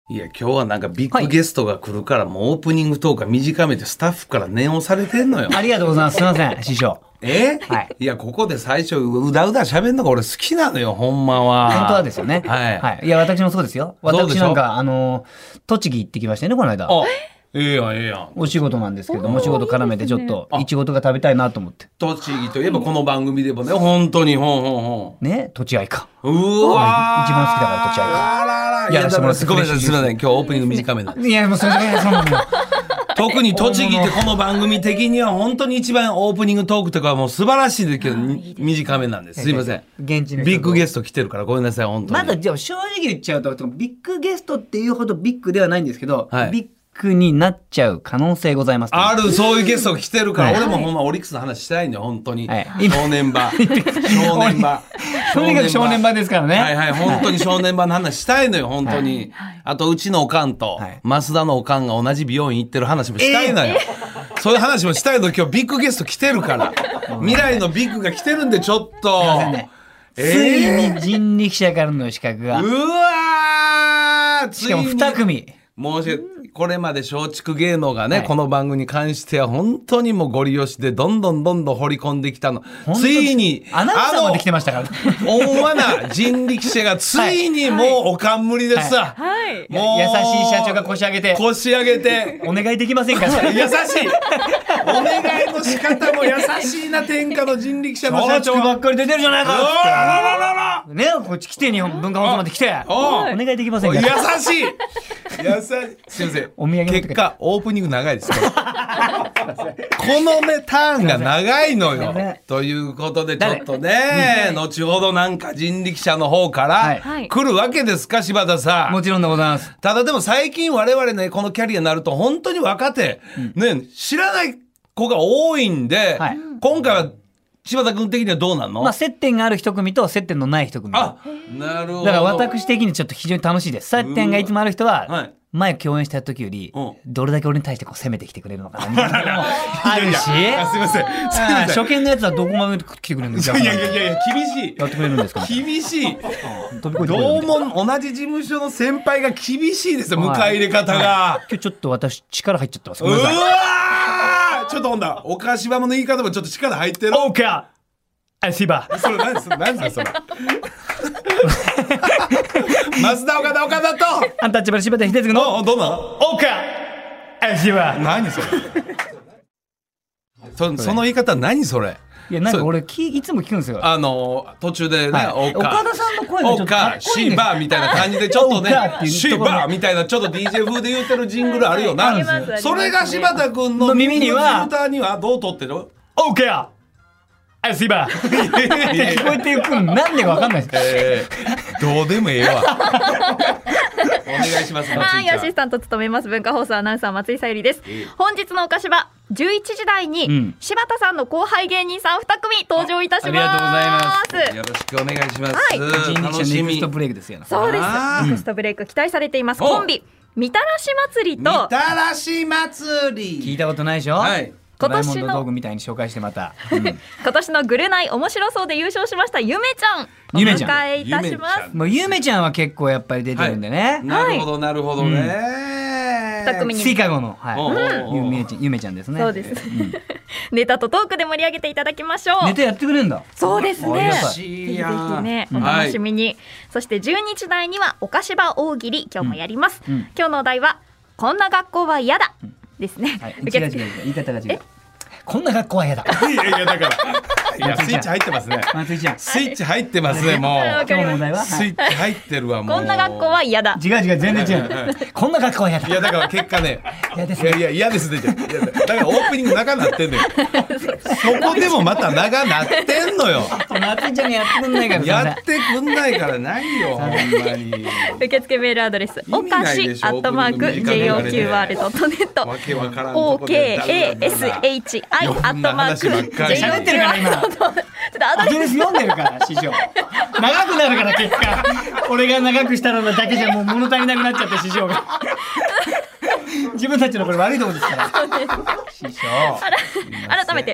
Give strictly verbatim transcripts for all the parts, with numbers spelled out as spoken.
いや今日はなんかビッグゲストが来るから、もうオープニングトークが短めてスタッフから念をされてんのよ。 ありがとうございます。すいません師匠。 え、 はい、 いやここで最初うだうだ喋るのが俺好きなのよほんまは。 本当はですよね。はい、はい、いや私もそうですよ。私なんかあの栃木行ってきましたよねこの間。 あ、ええやんええやん。 お仕事なんですけども、お仕事絡めてちょっといちごとか食べたいなと思って。 栃木といえばこの番組でもね本当にほんほんほんね、栃愛か。 うわ一番好きだから栃愛か。 あらら、いやだからごめんなさいすみません、今日オープニング短めなんで。 いやもうそれそれその特に栃木ってこの番組的には本当に一番オープニングトークとかもう素晴らしいですけど短めなんです。すいません。 現地のビッグゲスト来てるからごめんなさい本当に。 まだじゃあ正直言っちゃうとビッグゲストっていうほどビッグではないんですけど、 はい、 ビッグになっちゃう可能性ございます。 ある、そういうゲストが来てるから、 はい、 俺もほんまオリックスの話したいんだよ本当に、はい、 正念場正念場とにかく正念場ですからね。 はいはい本当に正念場の話したいのよ本当に、はい、あとうちのおかんと、はい、増田のおかんが同じ美容院行ってる話もしたいのよ、えー、そういう話もしたいの。今日ビッグゲスト来てるから未来のビッグが来てるんでちょっと、 ねえー、ついに人力車からの資格が、 うわー、 しかもに組もうこれまで松竹芸能がね、はい、この番組に関しては本当にもうゴリ押しでどんどんどんどん掘り込んできたの。ついにアナウンサーまで来てましたから温和な人力車がついにもうおかんむりですわ、 はいはい、もう優しい社長が腰上げて腰上げてお願いできませんか優しいお願いの仕方も優しいな天下の人力車の社長松竹ばっかり出てるじゃないかってららららね、こっち来て日本文化放送まで来てお願いできませんか。 優しい優しい。すいません。 お土産結果オープニング長いですこのねターンが長いのよということでちょっとね後ほどなんか人力車の方から来るわけですか柴田さん。 もちろんでございます。 ただでも最近我々ねこのキャリアになると本当に若手、うん、ね知らない子が多いんで、はい、今回は柴田君的にはどうなんの？ まあ、接点がある一組と接点のない一組。 あ、なるほど。 だから私的にちょっと非常に楽しいです。接点がいつもある人は、はい、前共演した時よりどれだけ俺に対してこう攻めてきてくれるのかなみたいなのもあるしすいません初見のやつはどこまで来てくれるんですか。 いやいやいや厳しいやってくれるんですか、ね、 厳しいどうも同じ事務所の先輩が厳しいですよ、はい、迎え入れ方が、はい、 今日ちょっと私力入っちゃってます。ごめんなさい。 うわちょっとほんだおかしばもの言い方もちょっと力入ってる。 オーカーあ、シバそれ何です何ですかそれ増田岡田岡田とアンタッチャブル柴田秀嗣のどうなのオーカーあ、シバ何それそ, その言い方何それ。 いやなんか俺きいつも聞くんですよ。 あの途中でね、はい、 岡田さんの声がちょっとかっこいい、ね、 シバーみたいな感じでちょっとねシバーみたいなちょっと ディージェー 風で言ってるジングルあるよな、はい、それが柴田君の耳にはフィルターにはどう撮ってる？ オーケーあ、シバーって聞こえていくんなんでか分かんないです、 えー、どうでもええわお願いします。 はい、アシスタント務めます文化放送アナウンサー松井さゆりです。本日のおかしばじゅういちじ台に、うん、柴田さんの後輩芸人さんに組登場いたします。ありがとうございます。 よろしくお願いします。 はい、楽しみ。ネクストブレイクですよね。 そうです。ネクストブレイク期待されています。コンビみたらし祭りとみたらし祭り聞いたことないでしょ。はい。今年の道具みたいに紹介してまた、うん、 今年のグルナイ面白そうで優勝しましたゆめちゃんお迎えいたします。 もうゆめちゃんは結構やっぱり出てるんでね、はい、 なるほどなるほどね、 うん、ふた組にシカゴの、はい、ゆめちゃん、ゆめちゃんですね。 そうです、うん、ネタとトークで盛り上げていただきましょう。 ネタやってくれるんだ。 そうですね。ぜひぜひねお楽しみに、はい、そしてじゅうにじ台にはおかしば大喜利今日もやります、うんうん、今日のお題はこんな学校は嫌だ、うんですね。 はい、受け付け言い方が違う。こんな学校は嫌だ。 いやいやだからいやスイッチ入ってますね。 松井ちゃんスイッチ入ってますね。もう今日の問題はスイッチ入ってるわ。もうこんな学校は嫌だ。 違う違う全然違う、はい、こんな学校は嫌だ。 いやだから結果ね嫌ですね。 いやいや嫌ですね。だからオープニング長なってんのよそこでもまた長なってんのよ松井ちゃんがやってくんないからやってくんないからないよほんまに。 受付メールアドレスおかしアットマーク ジェイオーキューアールドットネット オーケーエーエスエイチアイ アットマーク喋ってるから今アドレス読んでるから師匠長くなるから結果俺が長くしたのだけじゃもう物足りなくなっちゃって師匠が自分たちのこれ悪いところですから師匠改めて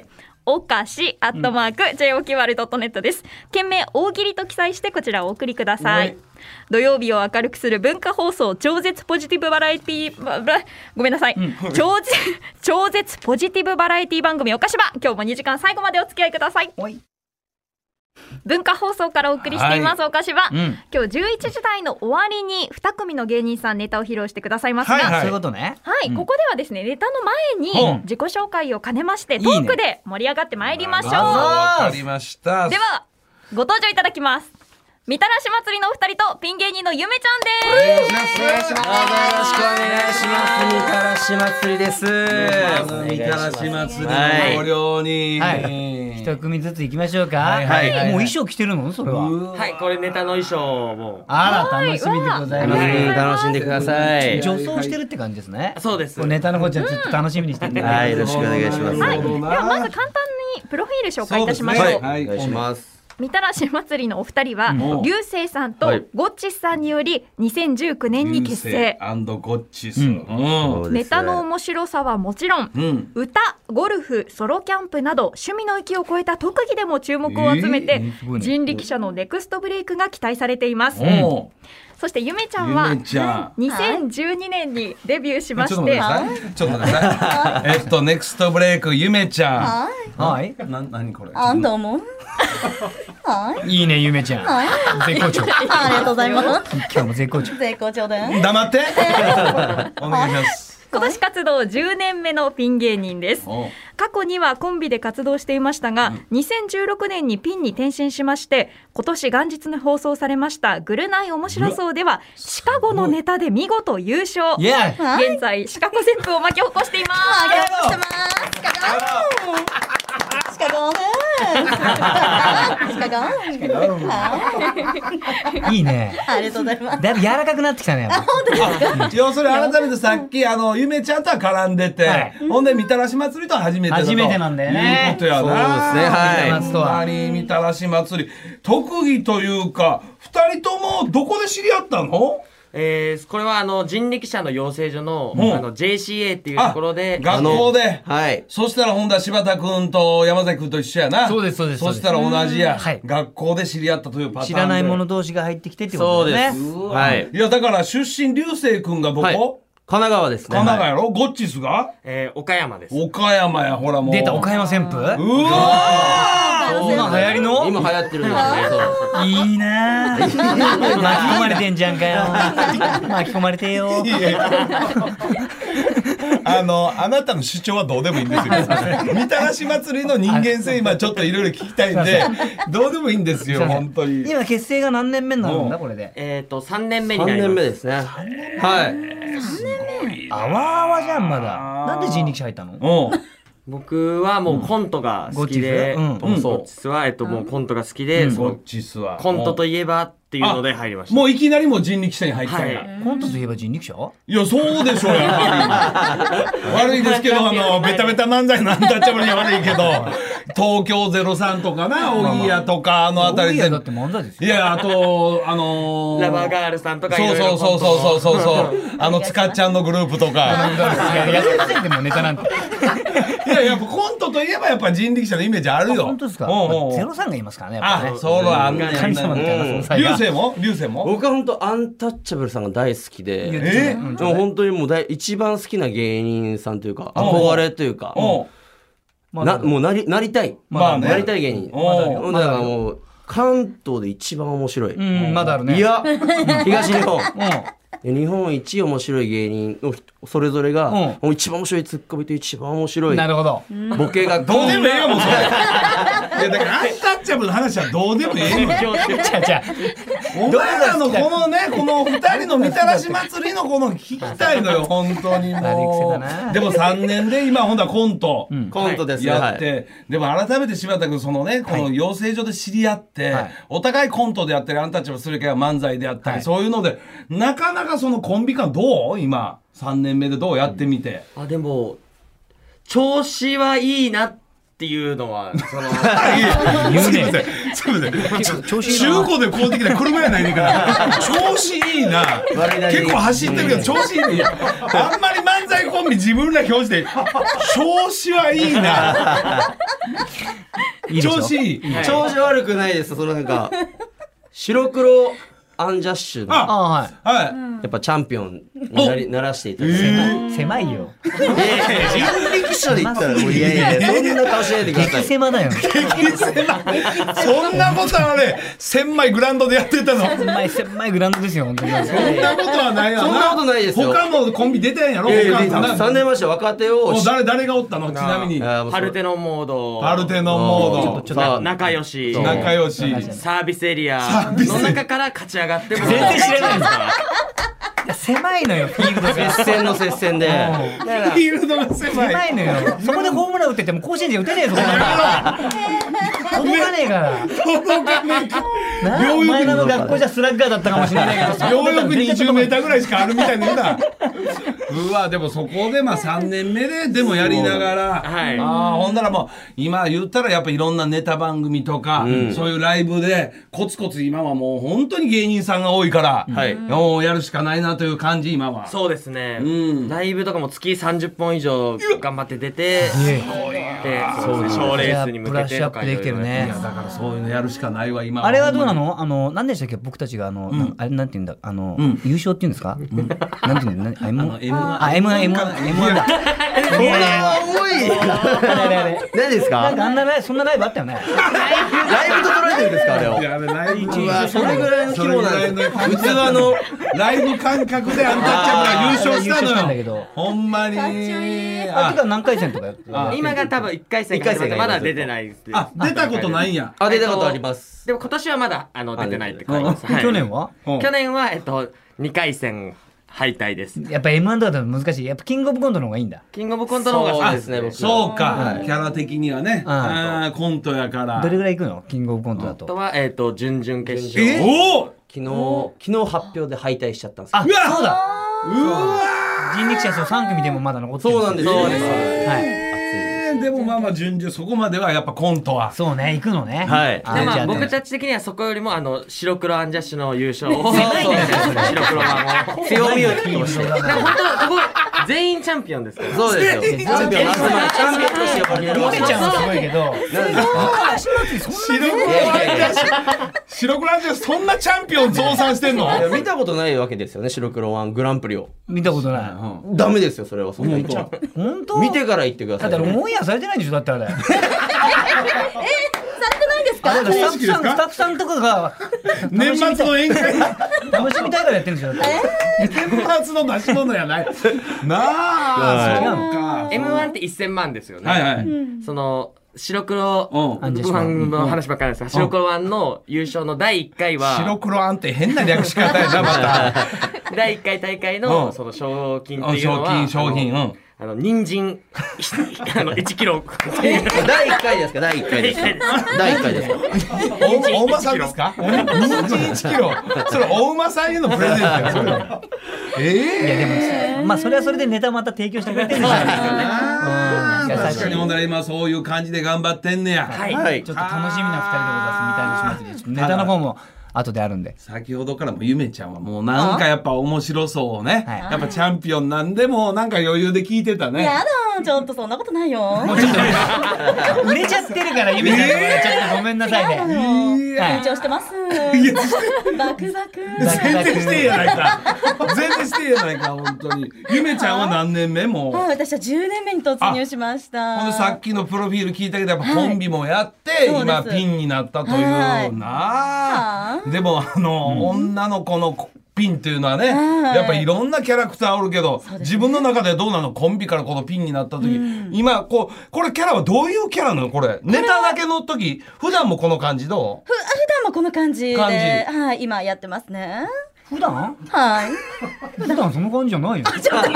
おかしアットマーク ジェイオーキューアールドットネット です。件名大喜利と記載してこちらをお送りください、はい、土曜日を明るくする文化放送超絶ポジティブバラエティごめんなさい、うん、超絶超絶ポジティブバラエティ番組おかしば、今日もにじかん最後までお付き合いください。文化放送からお送りしています、はい、おかしば、うん、今日じゅういちじ台の終わりにに組の芸人さんネタを披露してくださいますが、はいはい、 そういうことね、 はい、うん、ここではですねネタの前に自己紹介を兼ねましてトークで盛り上がってまいりましょう。 わかりました。 ではご登場いただきます。みたらし祭りのお二人とピン芸人のゆめちゃんです。 お願いします。よろしくお願いします。みたらし祭りです。 みたらし祭りのご両人、 はいはい、一組ずつ行きましょうか。 はいはいはいはい、 もう衣装着てるのそれは。 はい、これネタの衣装も。 あら楽しみでございます。 楽しんでください。 女装してるって感じですね。 そうです。 ネタの方ちゃんちょっと楽しみにしてるんで、 はい、よろしくお願いします。 はい、ではまず簡単にプロフィール紹介いたしましょう。 はい、お願いします。 みたらし祭りのお二人は流星さんとゴッチスさんによりにせんじゅうきゅうねんに結成。 ゴッチス、 うんうん、ネタの面白さはもちろん、うん、歌、ゴルフ、ソロキャンプなど趣味の域を超えた特技でも注目を集めて、えー、人力車のネクストブレイクが期待されています、うん、そしてゆめちゃんはにせんじゅうにねんにデビューしまして、 ちょっと待ってください。えっとネクストブレイクゆめちゃん、 はい、 な何これ。 あ、どうも。 はい。いいねゆめちゃん。はい、絶好調。 ありがとうございます。 今日も絶好調。 絶好調だよ。 黙って。お願いします。 今年活動じゅうねんめのピン芸人です。過去にはコンビで活動していましたが、うん、にせんじゅうろくねんにピンに転身しまして、今年元日に放送されましたぐるナイ面白そうではシカゴのネタで見事優勝。現在シカゴ旋風を巻き起こしています。 巻き起こしてます。シカゴね。シカゴ。 いいね。 ありがとうございます。 だいぶ柔らかくなってきたね。 あ、本当ですか。 要するに改めてさっきあのゆめちゃんとは絡んでて、はい、ほんでみたらし祭りとは初めてだと初めてなんだよね。 いうことやな。 そうですね。はい。 ほんまにみたらし祭り特技というかふたりともどこで知り合ったの？ えー、これはあの人力車の養成所の、うん、あの ジェイシーエー っていうところで学校で、 はい、 そしたらほんだら柴田君と山崎君と一緒やな。 そうですそうです。 そしたら同じや、はい、学校で知り合ったというパターンで知らない者同士が入ってきてってことですね。 そうです。はい。 いやだから出身流星君がどこ？はい、 神奈川ですね。 神奈川やろ。ゴッチスが、 えー、岡山です。 岡山や。ほらもう出た岡山旋風。 うわー今流行りの今流行ってるんですね。 いいな巻き込まれてんじゃんかよ。巻き込まれてよ。 あのあなたの主張はどうでもいいんですよ。みたらし祭りの人間性今ちょっといろいろ聞きたいんでどうでもいいんですよ本当に。 今結成が何年目になるんだこれで。 えっとさんねんめになります。さんねんめですね。はい。 さんねんめ。 あわあわじゃんまだ。なんで人力車入ったの？ 僕はもうコントが好きで、ゴッチスはえっともうコントが好きで、 ゴッチスはコントといえばっていうので入りました。 もういきなりもう人力車に入ったんや。 コントといえば人力車？ いやそうでしょうやはり。悪いですけどあのベタベタ漫才のアンタッチャブルには悪いけど、東京ゼロさんとかな、おぎやとかあのあたりで。 だって漫才ですよ。 いやあとあのラバーガールさんとかそうそうそうそうそうそうあのつかっちゃんのグループとか。 いややってませんでもネタなんて。 いややっぱコントといえばやっぱ人力車のイメージあるよ。 本当ですか。ゼロさんがいますからね。 あ、そうだ。 神様みたいな存在が。流星も流星も。 僕は本当アンタッチャブルさんが大好きで、えー、もう本当にもう大一番好きな芸人さんというか憧れというか、なもうなりなりたい、まあね、なりたい芸人。だからもう関東で一番面白い。 うんまだあるね。 いや東日本。日本一面白い芸人のそれぞれが、うん、もう一番面白いツッコミと一番面白いなるほどボケがどうでもええよもうそれ。いやだからアンタッチャブルの話はどうでもええよ。 じゃじゃお前らのこのねこの二人のみたらし祭りのこの聞きたいのよ本当にもう。でもさんねんで今ほんだコント、 うん、コントですねやって、はい、でも改めて柴田君そのねこの養成所で知り合って、はい、お互いコントであったりアンタッチャブルする系は漫才であったり、はい、そういうのでなかなかそのコンビ感どう今さんねんめでどうやってみて。 あでも調子はいいなっていうのはそのすみませんすみません調子いいな中古で買うてきた車やないねんから調子いいな結構走ってるけど調子いいねあんまり漫才ココンビ自分ら表示で調子はいいな。調子いい。 調子悪くないです。そのなんか白黒アンジャッシュのあはいはい。 やっぱチャンピオンになりならしていただいて、 狭いよ。 いやいやいや人力車で言ったらもういやいやいやそんな顔しないでください。 激狭だよ。 そんなことはね、千枚グラウンドでやってたの。 狭い狭いグラウンドですよ本当に。 そんなことはないよな。 そんなことないですよ。 他のコンビ出てんやろ。 いやいや他のさんねんまえして若手をお誰誰がおったのちなみに。 パルテノンモード、 パルテノンモード。 ちょっとさあ仲良し、 仲良し。 サービスエリアの中から勝ち上がっても全然知らないんですか。いや狭いのよフィールドが。 接戦の接戦でフィールドが狭い。 狭いのよ。そこでホームラン打ってても甲子園で打てねえぞ。そこが届かねえから。 届かねえか。 なお前らの学校じゃスラッガーだったかもしれないけど。 ようやくにじゅうメーターぐらいしかあるみたいな言うな。うわでもそこでまあさんねんめででもやりながら、 はいああほんならもう今言ったらやっぱいろんなネタ番組とか、 うんそういうライブでコツコツ今はもう本当に芸人さんが多いから、 はいもうやるしかないなという感じ今は。 そうですね、 うんライブとかも月さんじゅっぽん以上頑張って出て、でそうですね賞レースに向けてとかいろいろブラッシュアップできてるねいやだからそういうのやるしかないわ今は。 あれはどうなの？あの何でしたっけ僕たちがあの、なんあれなんて言うんだあの、 ん優勝って言うんですか？なんて言うんだ？ あの エムワンあ エムワン エムワン エムワン だ。 これは重い何ですか？ なんかあんなライブそんなライブあったよね。 ライブと捉えてるんですかあれを。 いやあれライブうわそれぐらいの規模なんです。器のライブ感覚でアンタッチャブルが優勝した優勝したんのよだけど。 ほんまに。 あてか何回戦とかやってあ今が多分いっかい戦が始まってまだ出てないです。 あ出たことないんや。 あ出たことあります。 でも今年はまだあの出てないって書いてます、はい去年は？ うん去年はえっとにかい戦敗退です。 やっぱ エムワン とかだと難しい。やっぱキングオブコントの方がいいんだ。 キングオブコントの方がそうですね僕。 そうか、 はいキャラ的にはね、 うんあーコントやから。 どれぐらい行くの？キングオブコントだあとと。 はえっと準々決勝。 えおお昨日昨日発表で敗退しちゃったんですよ。 あそうだ。 うわ人力車そうさん組でもまだ残ってる。 そうなんですよ。 そうですはい。 ーでもまあまあ順々そこまではやっぱコントは。 そうね行くのね。 はいあでまあじゃあね僕たち的にはそこよりもあの白黒アンジャッシュの優勝をそうそう白黒版を強みを聞きました。 でも本当ここ全員チャンピオンですから。 そうですよ。チャンピオンまずまずチャンピオンとして呼ばれるわけヨメちゃんはすごいけど。足のついそんな白黒アンジャッシュ白黒アンジャッシュそんなチャンピオン増産してんの？ いや見たことないわけですよね白黒ワングランプリを。 見たことない。 ダメですよそれはそんな言っちゃう。 本当？ 見てから言ってください。 だってオンエアされてないんでしょだってあれ。 されてないんですか？ あれスタッフさんスタッフさんとかが年末の宴会楽しみたいからやってるんですよ。だって年末の出し物やないなあ、そうかエムワン ってせんまんですよね。 はいはい、 その白黒うんアンジャッシュワンの話ばっかりですが、白黒ワンの優勝のだいいっかいは白黒あんって変な略し方やなまただいいっかい大会うんのその賞金っていうのは賞金商品あのうんあの人参あのいちキロだいいっかいですかだいいっかいですかだいいっかいですか。 おお馬さんですか？人参いちキロ。それお馬さんへのプレゼントやそれ。えいやでもまあそれはそれでネタまた提供してくれてるんですよね。うん優しい。 確かにほんなら今そういう感じで頑張ってんねや。 はいはいちょっと楽しみなふたりでございますみたいなします。ネタの方も後であるんで。 先ほどからもゆめちゃんはもうなんかやっぱ面白そうね。 はいやっぱチャンピオンなんでもうなんか余裕で聞いてたね。 やだちょっとそんなことないよ。 もうちょっと売れちゃってるからゆめちゃんがちょっとごめんなさいね。 緊張してます。バクバク。 全然してやないか。全然してやないか本当に。ゆめちゃんは何年目もう。 はい、私はじゅうねんめに突入しました。 ほんでさっきのプロフィール聞いたけどやっぱコンビもやって、 はい今そうですピンになったというはいなはあでもあの、女の子のピンっていうのはね、 はいやっぱいろんなキャラクターおるけど、自分の中でどうなのコンビからこのピンになった時、今こうこれキャラはどういうキャラなのこれネタだけの時普段もこの感じどうふ普段もこの感じで、 感じはい、今やってますね。 普段はい。 普段その感じじゃないよ。 ちょっ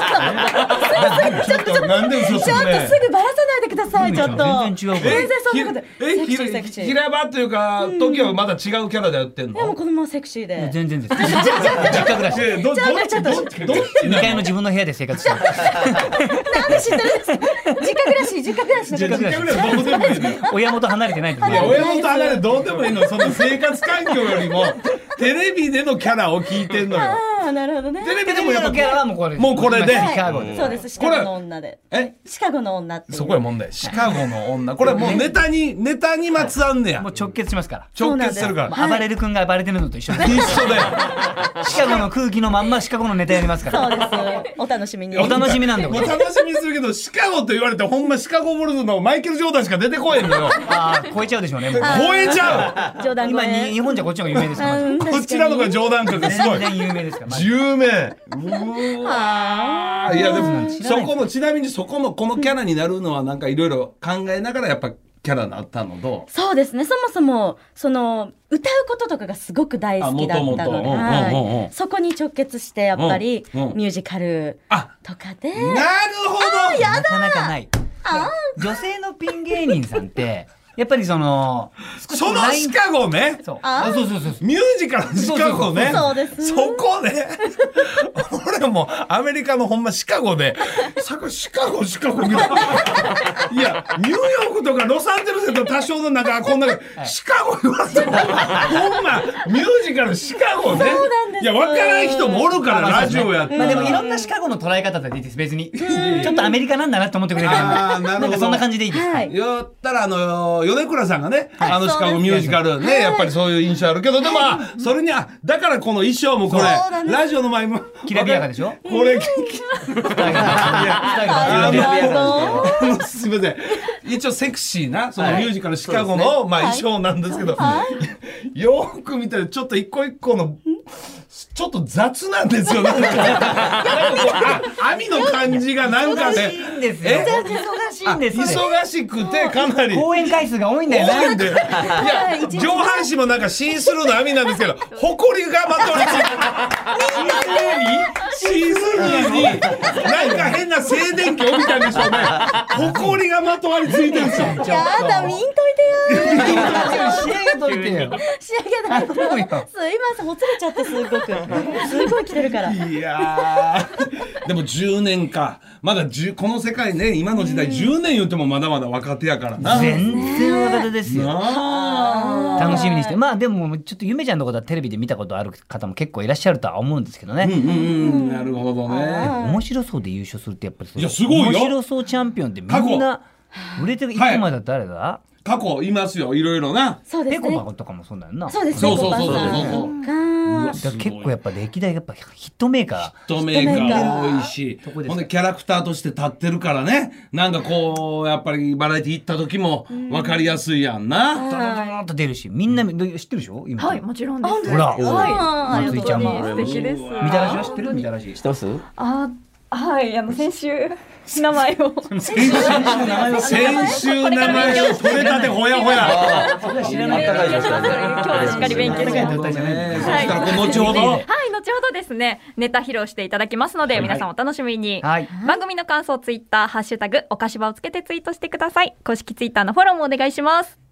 となんで嘘つちょっとくねすぐバラさないでください、ちょっと。 全然違うから全然そんなこと。 えセクシーひセクシー。 平場というか時はまだ違うキャラでやってんのでもこのままセクシーで。 全然です。実家暮らし。 いやいやどどっちどっちどっちにかいの自分の部屋で生活してる。 なんで知ってるんですか。実家暮らし、実家暮らしの実方。 家ぐらいどうでもいいの親元離れてない時いや親元離れどうでもいいのその生活環境よりもテレビでのキャラを聞いてんのよ。 ああ、なるほどね。 テレビでもやっぱキャラはもうこれ。 もうこれで。 シカゴで。 そうです。シカゴの女で。 え、 シカゴの女っていう。 そこや問題。シカゴの女。これもうネタにネタにまつわんねや。 もう直結しますから。 直結するから。 暴れる君が暴れてるのと一緒です。 一緒だよ。 シカゴの空気のまんまシカゴのネタやりますから。 そうです。お楽しみに。 お楽しみなんで。 お楽しみにするけど、シカゴと言われてほんまシカゴブルーズのマイケル・ジョーダンしか出てこえんのよ。 ああ、超えちゃうでしょうね。 超えちゃう。冗談今日本じゃこっちの方が有名ですから。 こちらの方が冗談かすごい。 全然有名ですから。 有名。うわ。いやでもそこのちなみにそこのこのキャラになるのはなんかいろいろ考えながらやっぱキャラになったのど。 そうですね。そもそもその歌うこととかがすごく大好きだったので、そこに直結してやっぱりミュージカルとかで。 なるほど。 なかなかない。女性のピン芸人さんってやっぱりそのそのシカゴね。 そうそうそうそう。 ミュージカルのシカゴね。 そうです。 そこね。俺もアメリカのほんまシカゴで、さかシカゴシカゴみたいな。いやニューヨークとかロサンゼルスと多少のなんかこんなシカゴ言われてもほんまミュージカルシカゴね。いや分からん人もおるからラジオやって。 まあでもいろんなシカゴの捉え方でいいです別に。ちょっとアメリカなんだなと思ってくれる。なんかそんな感じでいいです。 言ったらあの米倉さんがね、はい、あのシカゴミュージカルね、はい、やっぱりそういう印象あるけど、でも、はい、それにあだからこの衣装もこれラジオの前もきらびやかでしょ。 これすみません、一応セクシーなそのミュージカルシカゴの、はい、まあ、衣装なんですけど、はい、よく見たらちょっと一個一個のちょっと雑なんですよ。なんか網の感じがなんかね、 忙しいんですよ。忙しいんですよ。 忙しくてかなり公演回数が多いんだよね。 多いんで、いや上半身もなんかシースルーの網なんですけど、ほこりがまとわりついて、シースルーになんか変な静電気を帯びたんでしょうね。ほこりがまとわりついてるんですよ。 やだ、見んといてよ。 仕上げといてよ。 仕上げないと。すいません、ほつれちゃってすごく。すごい来てるから。 いやでもじゅうねんか。まだじゅうこの世界ね、今の時代じゅうねん言ってもまだまだ若手やからな。 全然若手ですよ。楽しみにして。まあでもちょっとゆめちゃんのことはテレビで見たことある方も結構いらっしゃるとは思うんですけどね。 うんうんうん、なるほどね。 面白そうで優勝するってやっぱりいやすごいよ。 面白そうチャンピオンってみんな売れてる。いつまで誰だ、はい、 過去いますよ、いろいろな。 そうですね。 ペコパとかもそうだよな。 そうですね。 そうそうそうそうそう。 結構やっぱ歴代やっぱヒットメーカー。 ヒットメーカー多いし、ほんでキャラクターとして立ってるからね。なんかこうやっぱりバラエティ行った時も分かりやすいやんな。 ドドドーッと出るし、みんな知ってるでしょ？今。 はい、もちろんです。 ほら、 はい。 松井ちゃんも素敵です。みたらしは知ってる？みたらし。知ってます？ あ、はい、あの先週。名前を先週名前を取れたてほやほや。 知らない高いですから今日しっかり勉強して。 はい。後ほど。 はい、後ほどですね、ネタ披露していただきますので、皆さんお楽しみに。はい。番組の感想ツイッターハッシュタグおかしばをつけてツイートしてください。公式ツイッターのフォローもお願いします。